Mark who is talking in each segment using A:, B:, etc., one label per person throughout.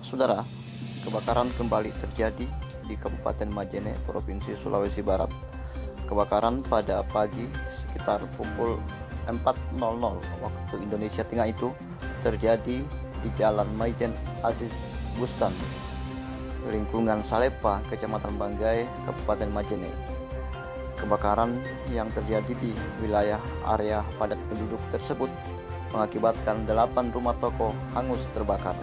A: Saudara, kebakaran kembali terjadi di Kabupaten Majene, Provinsi Sulawesi Barat. Kebakaran pada pagi sekitar pukul 4.00 waktu Indonesia Tengah itu terjadi di Jalan Maijen Aziz Bustan, lingkungan Salepa, Kecamatan Banggai, Kabupaten Majene. Kebakaran yang terjadi di wilayah area padat penduduk tersebut mengakibatkan 8 rumah toko hangus terbakar.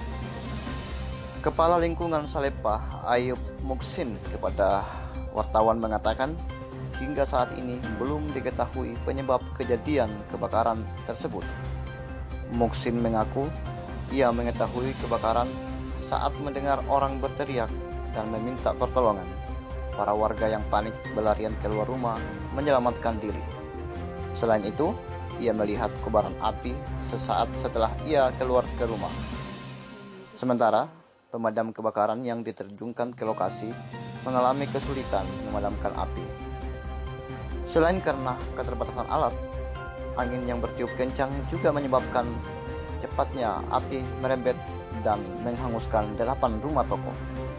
A: Kepala Lingkungan Salepa, Ayub Muksin, kepada wartawan mengatakan, hingga saat ini belum diketahui penyebab kejadian kebakaran tersebut. Muksin mengaku ia mengetahui kebakaran saat mendengar orang berteriak dan meminta pertolongan. Para warga yang panik berlarian keluar rumah menyelamatkan diri. Selain itu, ia melihat kobaran api sesaat setelah ia keluar ke rumah. Sementara pemadam kebakaran yang diterjunkan ke lokasi mengalami kesulitan memadamkan api. Selain karena keterbatasan alat, angin yang bertiup kencang juga menyebabkan cepatnya api merembet dan menghanguskan 8 rumah toko.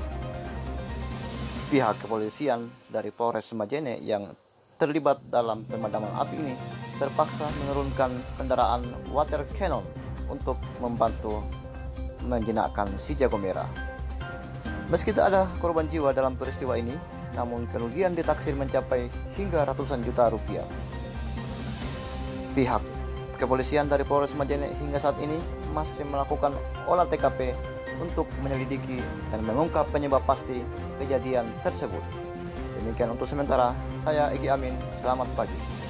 A: Pihak kepolisian dari Polres Majene yang terlibat dalam pemadaman api ini terpaksa menurunkan kendaraan water cannon untuk membantu menjinakkan si jago merah. Meski tak ada korban jiwa dalam peristiwa ini, namun kerugian ditaksir mencapai hingga ratusan juta rupiah. Pihak kepolisian dari Polres Majene hingga saat ini masih melakukan olah TKP untuk menyelidiki dan mengungkap penyebab pasti kejadian tersebut. Demikian untuk sementara, saya Egi Amin, selamat pagi.